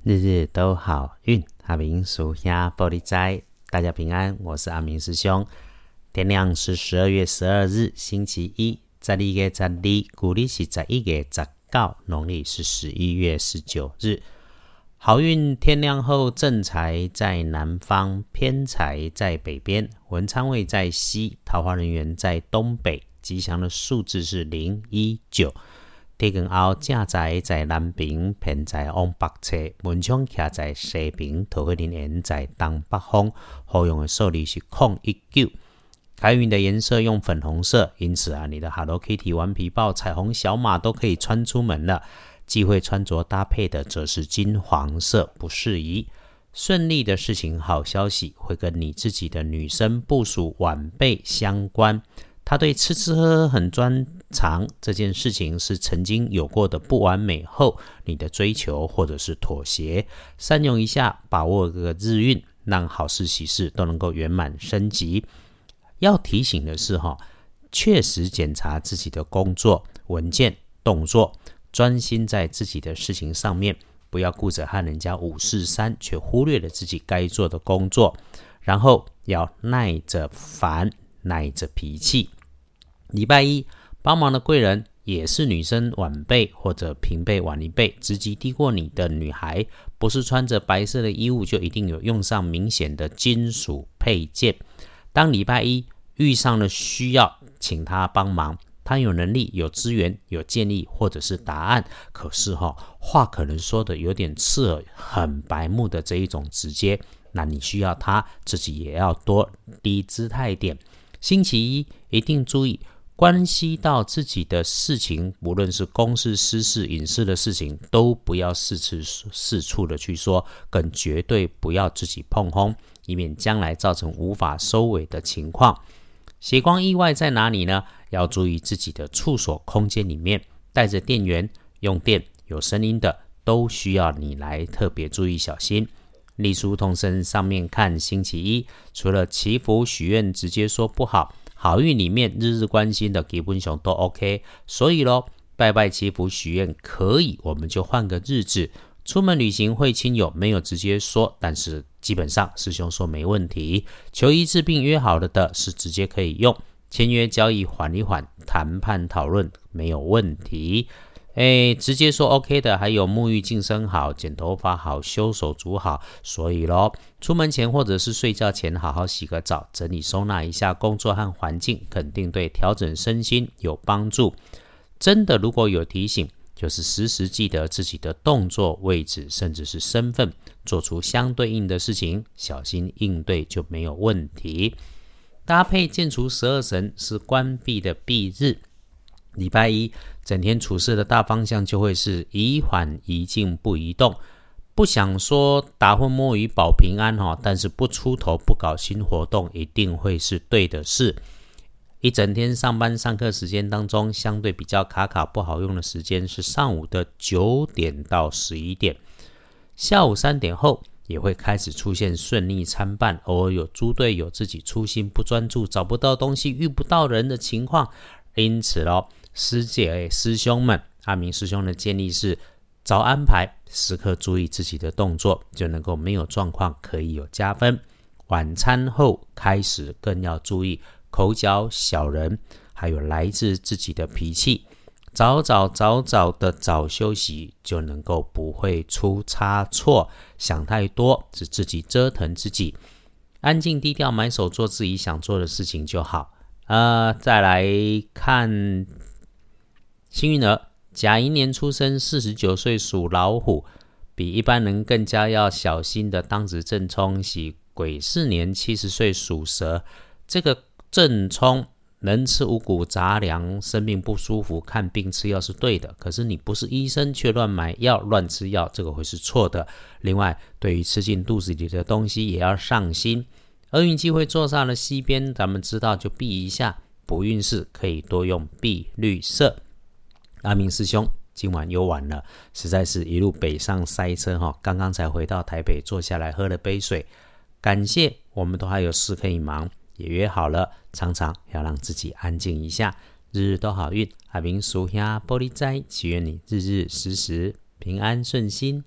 日日都好运，阿明属下玻璃斋，大家平安，我是阿明师兄。天亮是12月12日星期一，12月12，古历是11月19，农历是11月19日。好运天亮后，正财在南方，偏财在北边，文昌位在西，桃花人缘在东北，吉祥的数字是019。天光后，正财在南边，偏财往北侧，文昌徛在西边，桃花人缘在东北方，好用的数字是019。开运的颜色用粉红色，因此你的 Hello Kitty 顽皮豹、彩虹小马都可以穿出门了。忌讳穿着搭配的则是金黄色，不适宜。顺利的事情、好消息会跟你自己的女生部属晚辈相关。他对吃吃喝喝很专长，这件事情是曾经有过的不完美后你的追求或者是妥协，善用一下，把握个日运，让好事喜事都能够圆满升级。要提醒的是确实检查自己的工作文件动作，专心在自己的事情上面，不要顾着和人家543，却忽略了自己该做的工作。然后要耐着烦，耐着脾气。礼拜一帮忙的贵人也是女生晚辈或者平辈晚一辈，职级低过你的女孩，不是穿着白色的衣物就一定有用上明显的金属配件。当礼拜一遇上了需要，请他帮忙，他有能力、有资源、有建议或者是答案，可是话可能说的有点刺耳，很白目的这一种直接，那你需要他自己也要多低姿态点。星期一一定注意，关系到自己的事情，无论是公事、私事、隐私的事情，都不要四处的去说，更绝对不要自己碰轰，以免将来造成无法收尾的情况。血光意外在哪里呢？要注意自己的处所空间里面带着电源，用电有声音的都需要你来特别注意小心。历书通身上面看星期一，除了祈福许愿直接说不好，好运里面日日关心的基本上都 OK， 所以拜拜祈福许愿可以，我们就换个日子。出门旅行会亲友没有直接说，但是基本上师兄说没问题。求医治病约好了的是直接可以用，签约交易缓一缓，谈判讨论没有问题。直接说 OK 的还有沐浴净身好，剪头发好，修手足好。所以出门前或者是睡觉前好好洗个澡，整理收纳一下工作和环境，肯定对调整身心有帮助。真的如果有提醒，就是时时记得自己的动作位置甚至是身份，做出相对应的事情，小心应对就没有问题。搭配建除12神是关闭的闭日，礼拜一整天处事的大方向就会是宜缓宜静不宜动。不想说打混摸鱼保平安但是不出头不搞新活动一定会是对的事。一整天上班上课时间当中，相对比较卡不好用的时间是上午的9点到11点，下午3点后也会开始出现顺利参半，偶尔有猪队友自己粗心不专注，找不到东西遇不到人的情况。因此师姐师兄们，阿明师兄的建议是早安排，时刻注意自己的动作，就能够没有状况，可以有加分。晚餐后开始更要注意口角小人，还有来自自己的脾气，早早的早休息，就能够不会出差错。想太多是自己折腾自己，安静低调埋首做自己想做的事情就好。再来看幸运儿，甲寅年出生，49岁属老虎，比一般人更加要小心的当值正冲喜癸巳年70岁属蛇。这个正冲能吃五谷杂粮，生病不舒服看病吃药是对的，可是你不是医生却乱买药乱吃药，这个会是错的。另外对于吃进肚子里的东西也要上心。厄运机会坐上了西边，咱们知道就避一下。补运势可以多用碧绿色。阿明师兄今晚又晚了，实在是一路北上塞车刚刚才回到台北，坐下来喝了杯水，感谢我们都还有事可以忙，也约好了常常要让自己安静一下。日日都好运，阿明属下玻璃斋，祈愿你日日时时平安顺心，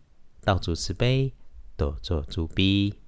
道主慈悲，多做主逼。